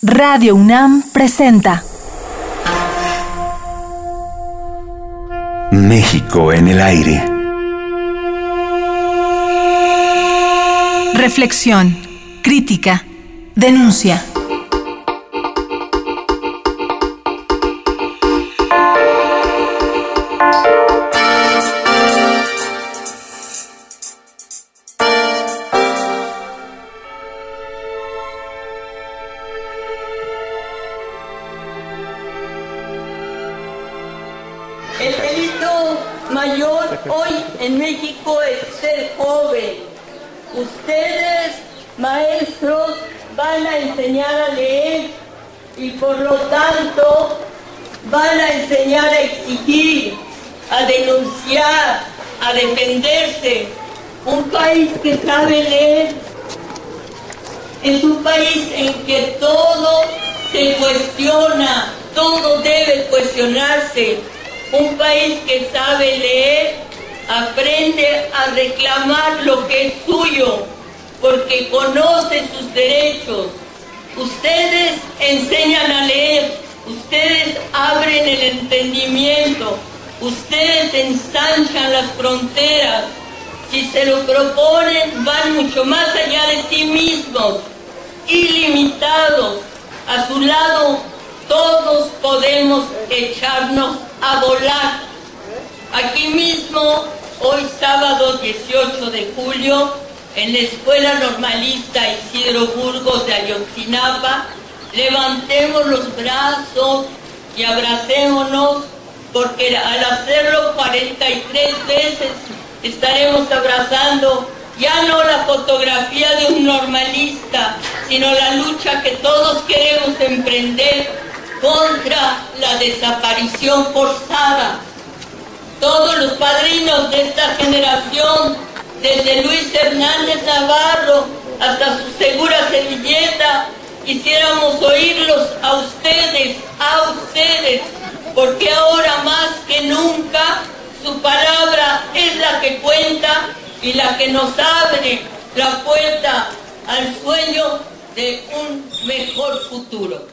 Radio UNAM presenta México en el aire. Reflexión, crítica, denuncia. El delito mayor hoy en México es ser joven. Ustedes, maestros, van a enseñar a leer y por lo tanto van a enseñar a exigir, a denunciar, a defenderse. Un país que sabe leer es un país en que todo se cuestiona, todo debe cuestionarse. Un país que sabe leer aprende a reclamar lo que es suyo, porque conoce sus derechos. Ustedes enseñan a leer, ustedes abren el entendimiento, ustedes ensanchan las fronteras. Si se lo proponen, van mucho más allá de sí mismos, ilimitados. A su lado, todos podemos echarnos a volar. Aquí mismo, hoy sábado 18 de julio, en la Escuela Normalista Isidro Burgos de Ayotzinapa, levantemos los brazos y abracémonos, porque al hacerlo 43 veces estaremos abrazando ya no la fotografía de un normalista, sino la lucha que todos queremos emprender contra la desaparición forzada. Todos los padrinos de esta generación, desde Luis Hernández Navarro hasta su Segura Servilleta, quisiéramos oírlos a ustedes, porque ahora más que nunca su palabra es la que cuenta y la que nos abre la puerta al sueño de un mejor futuro.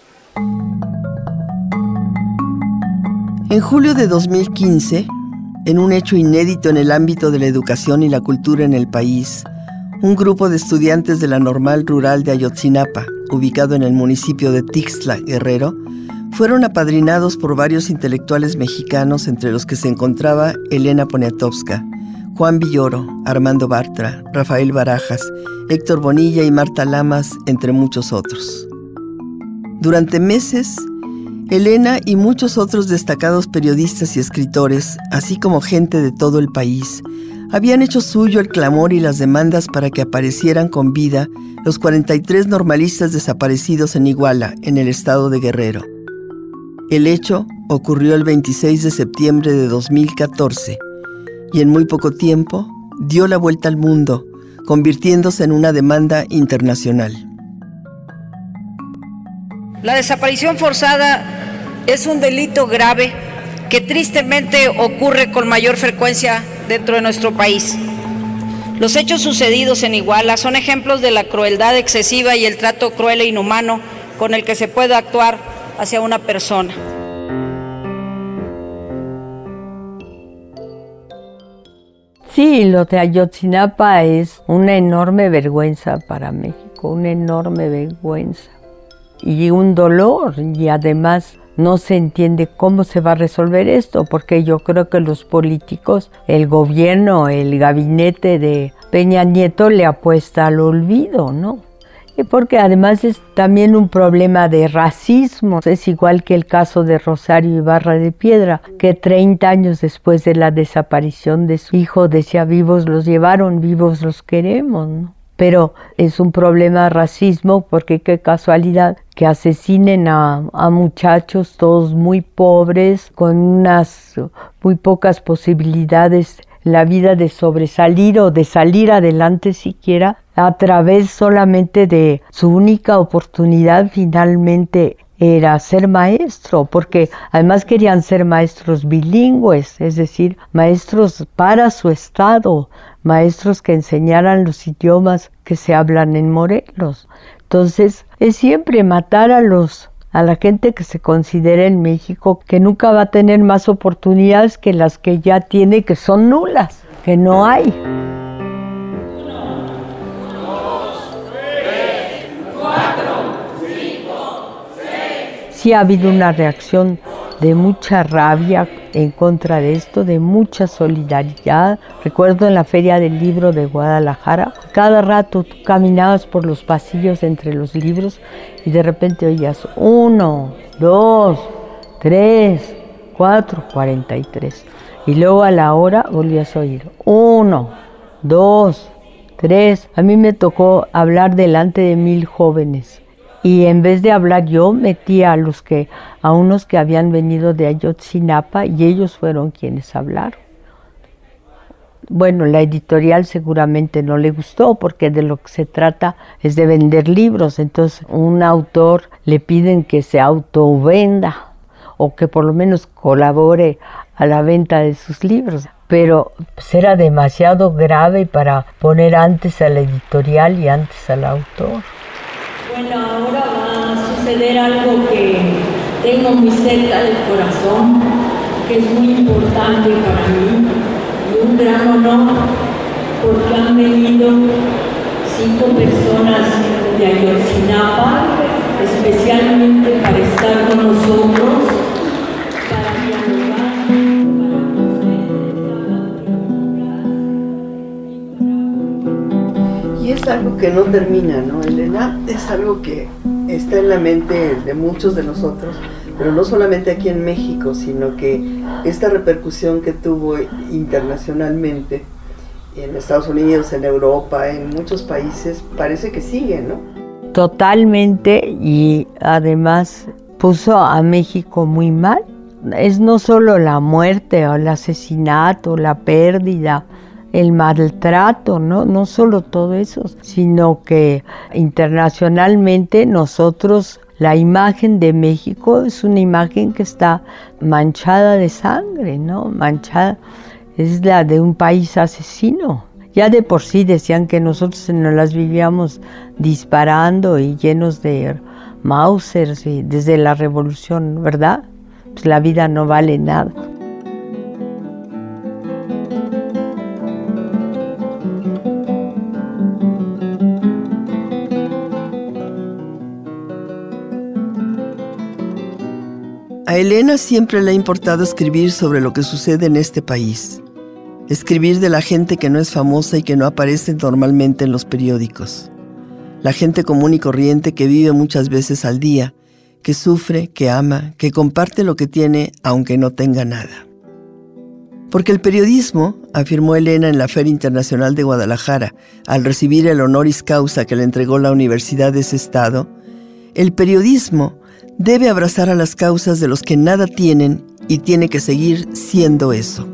En julio de 2015, en un hecho inédito en el ámbito de la educación y la cultura en el país, un grupo de estudiantes de la Normal Rural de Ayotzinapa, ubicado en el municipio de Tixtla, Guerrero, fueron apadrinados por varios intelectuales mexicanos, entre los que se encontraba Elena Poniatowska, Juan Villoro, Armando Bartra, Rafael Barajas, Héctor Bonilla y Marta Lamas, entre muchos otros. Durante meses, Elena y muchos otros destacados periodistas y escritores, así como gente de todo el país, habían hecho suyo el clamor y las demandas para que aparecieran con vida los 43 normalistas desaparecidos en Iguala, en el estado de Guerrero. El hecho ocurrió el 26 de septiembre de 2014 y en muy poco tiempo dio la vuelta al mundo, convirtiéndose en una demanda internacional. La desaparición forzada es un delito grave que tristemente ocurre con mayor frecuencia dentro de nuestro país. Los hechos sucedidos en Iguala son ejemplos de la crueldad excesiva y el trato cruel e inhumano con el que se puede actuar hacia una persona. Sí, lo de Ayotzinapa es una enorme vergüenza para México, una enorme vergüenza y un dolor, y además no se entiende cómo se va a resolver esto, porque yo creo que los políticos, el gobierno, el gabinete de Peña Nieto le apuesta al olvido, ¿no? Y porque además es también un problema de racismo. Es igual que el caso de Rosario Ibarra de Piedra, que 30 años después de la desaparición de su hijo decía: vivos los llevaron, vivos los queremos, ¿no? Pero es un problema de racismo, porque qué casualidad que asesinen a muchachos todos muy pobres, con unas muy pocas posibilidades en la vida de sobresalir o de salir adelante siquiera, a través solamente de su única oportunidad finalmente era ser maestro, porque además querían ser maestros bilingües, es decir, maestros para su estado, maestros que enseñaran los idiomas que se hablan en Morelos. Entonces, es siempre matar a la gente que se considera en México que nunca va a tener más oportunidades que las que ya tiene, que son nulas, que no hay. Sí ha habido una reacción de mucha rabia en contra de esto, de mucha solidaridad. Recuerdo en la Feria del Libro de Guadalajara, cada rato tú caminabas por los pasillos entre los libros y de repente oías 1, 2, 3, 4, 43. Y luego a la hora volvías a oír 1, 2, 3. A mí me tocó hablar delante de 1000 jóvenes. Y en vez de hablar yo, metí a unos que habían venido de Ayotzinapa y ellos fueron quienes hablaron. Bueno, la editorial seguramente no le gustó porque de lo que se trata es de vender libros. Entonces, un autor le piden que se autovenda o que por lo menos colabore a la venta de sus libros. Pero pues, era demasiado grave para poner antes a la editorial y antes al autor. Bueno, ahora va a suceder algo que tengo muy cerca del corazón, que es muy importante para mí y un gran honor, porque han venido 5 personas de Ayotzinapa, especialmente para estar con nosotros, para dialogar, para Y es algo que no termina, ¿no, Elena? Es algo que está en la mente de muchos de nosotros, pero no solamente aquí en México, sino que esta repercusión que tuvo internacionalmente, en Estados Unidos, en Europa, en muchos países, parece que sigue, ¿no? Totalmente, y además puso a México muy mal. Es no solo la muerte o el asesinato, la pérdida, el maltrato, no solo todo eso, sino que internacionalmente nosotros, la imagen de México es una imagen que está manchada de sangre, ¿no? Manchada, es la de un país asesino. Ya de por sí decían que nosotros nos las vivíamos disparando y llenos de Mausers y desde la revolución, ¿verdad? Pues la vida no vale nada. A Elena siempre le ha importado escribir sobre lo que sucede en este país. Escribir de la gente que no es famosa y que no aparece normalmente en los periódicos. La gente común y corriente que vive muchas veces al día, que sufre, que ama, que comparte lo que tiene aunque no tenga nada. Porque el periodismo, afirmó Elena en la Feria Internacional de Guadalajara, al recibir el honoris causa que le entregó la Universidad de ese estado, el periodismo debe abrazar a las causas de los que nada tienen y tiene que seguir siendo eso.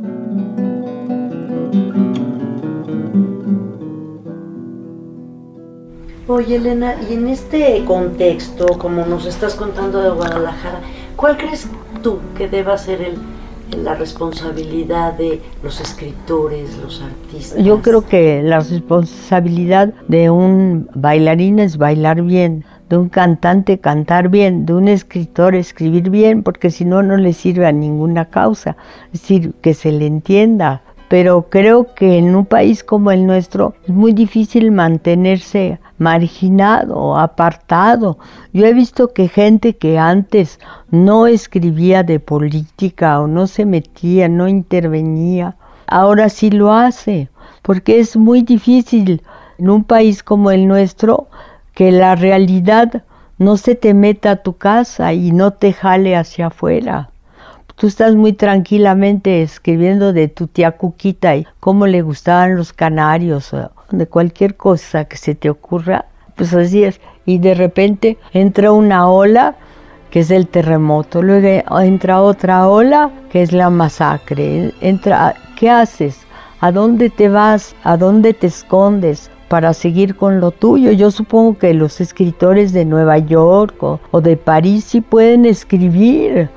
Oye, Elena, y en este contexto, como nos estás contando de Guadalajara, ¿cuál crees tú que deba ser la responsabilidad de los escritores, los artistas? Yo creo que la responsabilidad de un bailarín es bailar bien, de un cantante cantar bien, de un escritor escribir bien, porque si no, no le sirve a ninguna causa. Es decir, que se le entienda. Pero creo que en un país como el nuestro es muy difícil mantenerse marginado, apartado. Yo he visto que gente que antes no escribía de política o no se metía, no intervenía, ahora sí lo hace, porque es muy difícil en un país como el nuestro que la realidad no se te meta a tu casa y no te jale hacia afuera. Tú estás muy tranquilamente escribiendo de tu tía Cuquita y cómo le gustaban los canarios, o de cualquier cosa que se te ocurra, pues así es. Y de repente entra una ola que es el terremoto, luego entra otra ola que es la masacre. ¿Qué haces? ¿A dónde te vas? ¿A dónde te escondes? para seguir con lo tuyo. Yo supongo que los escritores de Nueva York o de París sí pueden escribir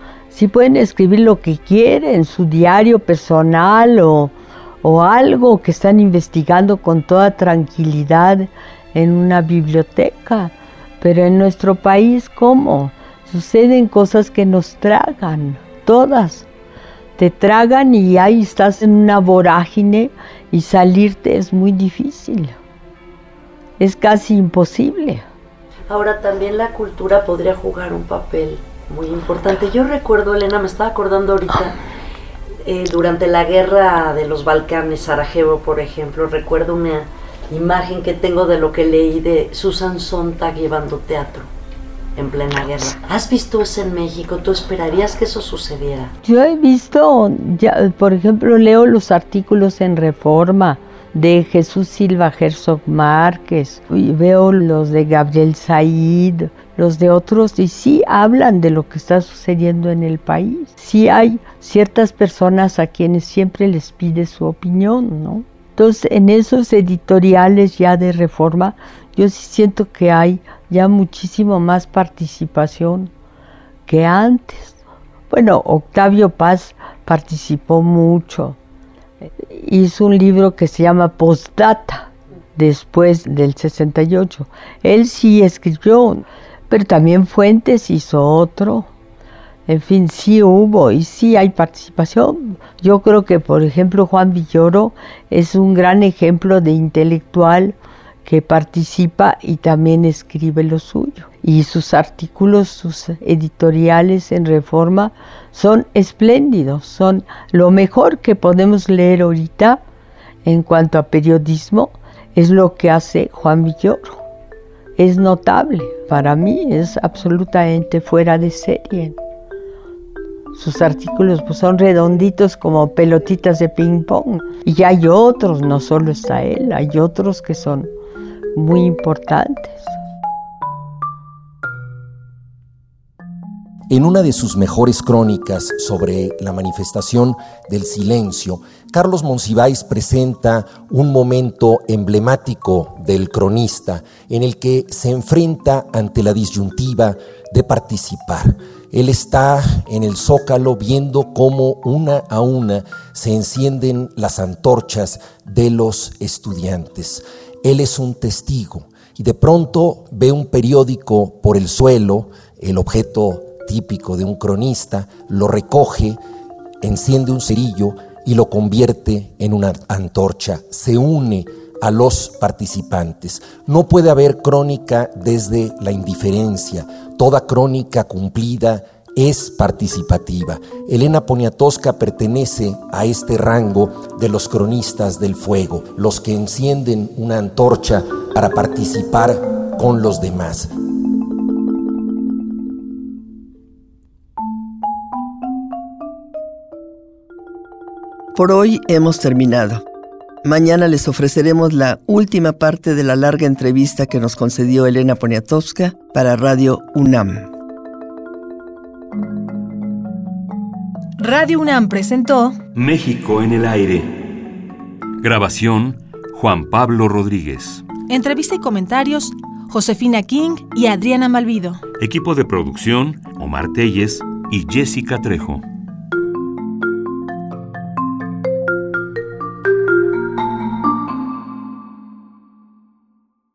lo que quieren, su diario personal o algo que están investigando con toda tranquilidad en una biblioteca. Pero en nuestro país, ¿cómo? Suceden cosas que nos tragan, todas. Te tragan y ahí estás en una vorágine y salirte es muy difícil. Es casi imposible. Ahora también la cultura podría jugar un papel muy importante. Yo recuerdo, Elena, me estaba acordando ahorita, durante la guerra de los Balcanes, Sarajevo, por ejemplo, recuerdo una imagen que tengo de lo que leí de Susan Sontag llevando teatro en plena guerra. ¿Has visto eso en México? ¿Tú esperarías que eso sucediera? Yo he visto, por ejemplo, leo los artículos en Reforma de Jesús Silva Herzog Márquez, y veo los de Gabriel Said, los de otros, y sí hablan de lo que está sucediendo en el país. Sí hay ciertas personas a quienes siempre les pide su opinión, ¿no? Entonces, en esos editoriales ya de Reforma, yo sí siento que hay ya muchísimo más participación que antes. Bueno, Octavio Paz participó mucho. Hizo un libro que se llama Postdata, después del 68. Él sí escribió, pero también Fuentes hizo otro. En fin, sí hubo y sí hay participación. Yo creo que, por ejemplo, Juan Villoro es un gran ejemplo de intelectual que participa y también escribe lo suyo. Y sus artículos, sus editoriales en Reforma son espléndidos, son lo mejor que podemos leer ahorita en cuanto a periodismo, es lo que hace Juan Villoro. Es notable, para mí es absolutamente fuera de serie. Sus artículos pues, son redonditos como pelotitas de ping pong. Y hay otros, no solo está él, hay otros que son muy importantes. En una de sus mejores crónicas sobre la manifestación del silencio, Carlos Monsiváis presenta un momento emblemático del cronista en el que se enfrenta ante la disyuntiva de participar. Él está en el Zócalo viendo cómo una a una se encienden las antorchas de los estudiantes. Él es un testigo y de pronto ve un periódico por el suelo, el objeto típico de un cronista, lo recoge, enciende un cerillo y lo convierte en una antorcha. Se une a los participantes. No puede haber crónica desde la indiferencia. Toda crónica cumplida es participativa. Elena Poniatowska pertenece a este rango de los cronistas del fuego, los que encienden una antorcha para participar con los demás. Por hoy hemos terminado. Mañana les ofreceremos la última parte de la larga entrevista que nos concedió Elena Poniatowska para Radio UNAM. Radio UNAM presentó México en el aire. Grabación, Juan Pablo Rodríguez. Entrevista y comentarios, Josefina King y Adriana Malvido. Equipo de producción, Omar Telles y Jessica Trejo.